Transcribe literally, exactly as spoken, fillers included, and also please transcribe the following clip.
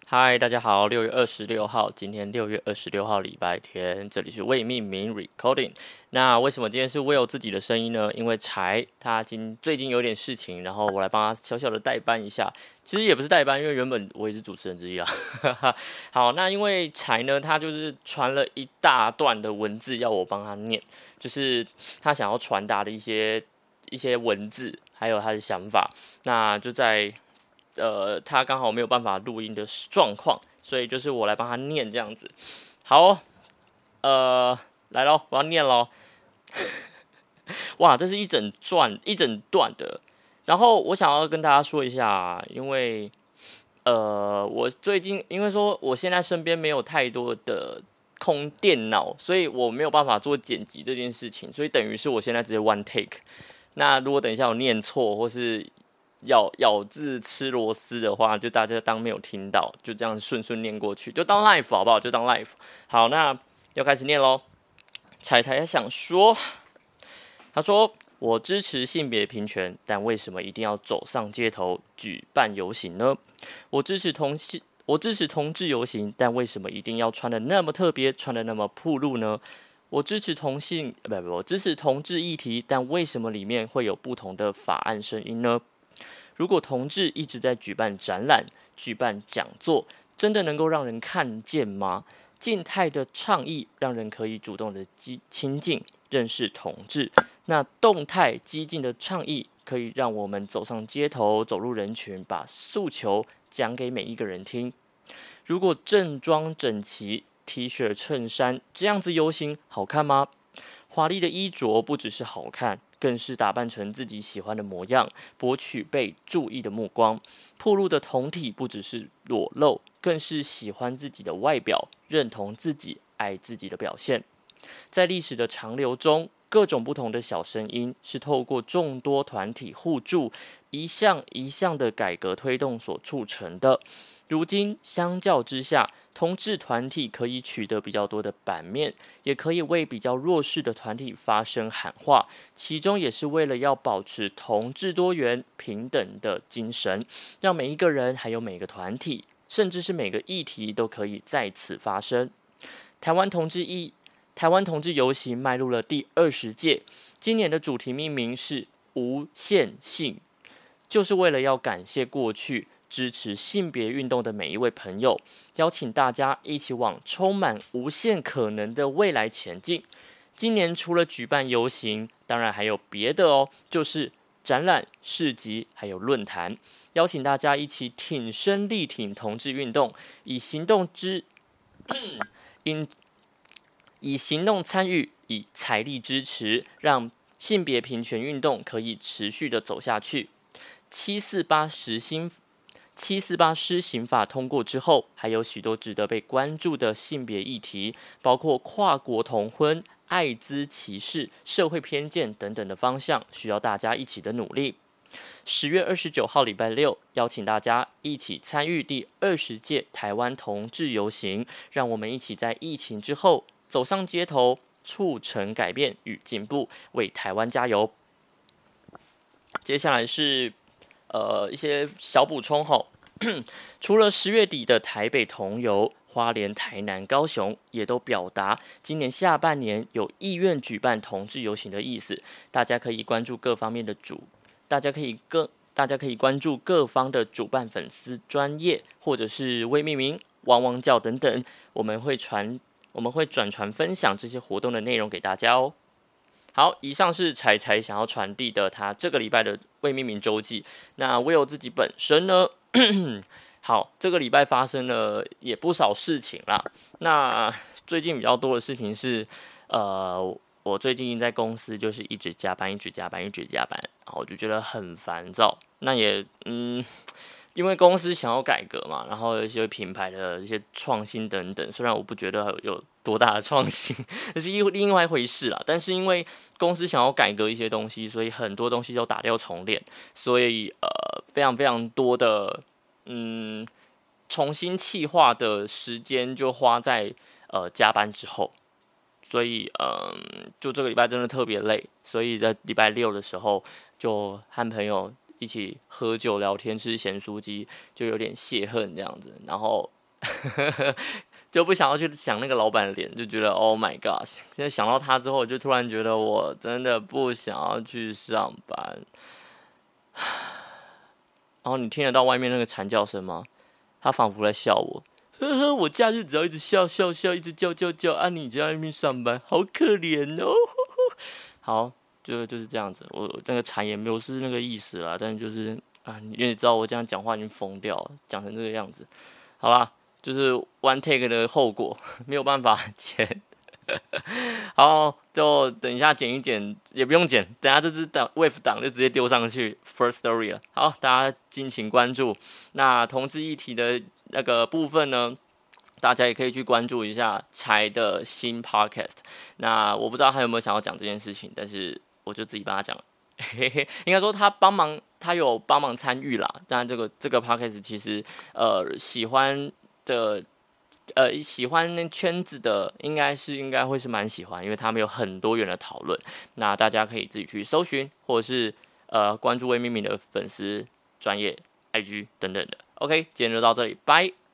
嗨，大家好，六月二十六号，今天六月二十六号礼拜天，这里是未命名 recording。那为什么今天是 Will 自己的声音呢？因为柴他今最近有点事情，然后我来帮他小小的代班一下。其实也不是代班，因为原本我也是主持人之一啦。好，那因为柴呢，他就是传了一大段的文字要我帮他念，就是他想要传达的一些一些文字，还有他的想法。那就在呃，他刚好没有办法录音的状况，所以就是我来帮他念这样子。好哦，呃，来咯，我要念咯。哇，这是一整段一整段的。然后我想要跟大家说一下，因为呃，我最近因为说我现在身边没有太多的空电脑，所以我没有办法做剪辑这件事情，所以等于是我现在直接 one take。那如果等一下有念错或是咬咬字吃螺丝的话，就大家当没有听到，就这样顺顺念过去，就当 live 好不好？就当 live。好，那要开始念喽。彩彩想说，他说我支持性别平权，但为什么一定要走上街头举办游行呢？我支持同性。我支持同志游行，但为什么一定要穿的那么特别，穿的那么暴露呢？我支持同性，不不，我支持同志议题，但为什么里面会有不同的法案声音呢？如果同志一直在举办展览、举办讲座，真的能够让人看见吗？静态的倡议让人可以主动的亲近、认识同志，那动态激进的倡议可以让我们走上街头、走入人群，把诉求讲给每一个人听。如果正装整齐、T 恤、衬衫这样子游行，好看吗？华丽的衣着不只是好看，更是打扮成自己喜欢的模样，博取被注意的目光。暴露的同体不只是裸露，更是喜欢自己的外表，认同自己、爱自己的表现。在历史的长流中，各种不同的小声音是透过众多团体互助，一项一项的改革推动所促成的。如今相较之下，同志团体可以取得比较多的版面，也可以为比较弱势的团体发声喊话，其中也是为了要保持同志多元平等的精神，让每一个人还有每个团体，甚至是每个议题都可以在此发声。台湾同志议台湾同志游行迈入了第二十届，今年的主题命名是无限性，就是为了要感谢过去支持性别运动的每一位朋友，邀请大家一起往充满无限可能的未来前进。今年除了举办游行，当然还有别的哦，就是展览、市集，还有论坛，邀请大家一起挺身力挺同志运动，以行动之因以行动参与，以财力支持，让性别平权运动可以持续的走下去。七四八实行七四八施行法通过之后，还有许多值得被关注的性别议题，包括跨国同婚、艾滋歧视、社会偏见等等的方向，需要大家一起的努力。十月二十九号礼拜六，邀请大家一起参与第二十届台湾同志游行，让我们一起在疫情之后走上街头，促成改变与进步，为台湾加油。接下来是呃一些小补充吼，除了十月底的台北同游，花莲、台南、高雄也都表达今年下半年有意愿举办同志游行的意思。大家可以关注各方面的主，大家可以各大家可以关注各方的主办粉丝专业，或者是未命名、汪汪叫等等，我们会传我们会转传分享这些活动的内容给大家哦。好，以上是彩彩想要传递的他这个礼拜的未命名周记。那Will自己本身呢？好，这个礼拜发生了也不少事情啦。那最近比较多的事情是，呃，我最近在公司就是一直加班，一直加班，一直加班，然后我就觉得很烦躁。那也嗯。因为公司想要改革嘛，然后有一些品牌的一些创新等等，虽然我不觉得有多大的创新，这是另外一回事啦。但是因为公司想要改革一些东西，所以很多东西都打掉重练，所以呃非常非常多的嗯重新企划的时间就花在呃加班之后，所以嗯就这个礼拜真的特别累，所以在礼拜六的时候就和朋友一起喝酒聊天吃咸酥鸡，就有点泄恨这样子。然后就不想要去想那个老板的脸，就觉得 Oh my gosh！ 现在想到他之后，我就突然觉得我真的不想要去上班。然后你听得到外面那个惨叫声吗？他仿佛在笑我。呵呵，我假日只要一直笑笑笑，一直叫叫叫，啊，你就在那边上班，好可怜哦。好，就就是这样子。我那个惨也没有是那个意思啦，但是就是啊，因为你知道我这样讲话已经疯掉了，讲成这个样子。好啦，就是 one take 的后果，没有办法剪。好，就等一下剪一剪，也不用剪，等一下这支档 wave 档就直接丢上去 first story 了。好，大家敬请关注。那同志议题的那个部分呢，大家也可以去关注一下柴的新 podcast。那我不知道他有没有想要讲这件事情，但是我就自己帮他讲。应该说他帮忙，他有帮忙参与啦。当然，这个这个 podcast 其实呃喜欢的。呃，喜欢圈子的应该是应该会是蛮喜欢，因为他们有很多元的讨论。那大家可以自己去搜寻，或者是呃关注魏明明的粉丝专页 I G 等等的。OK，今天就到这里，拜。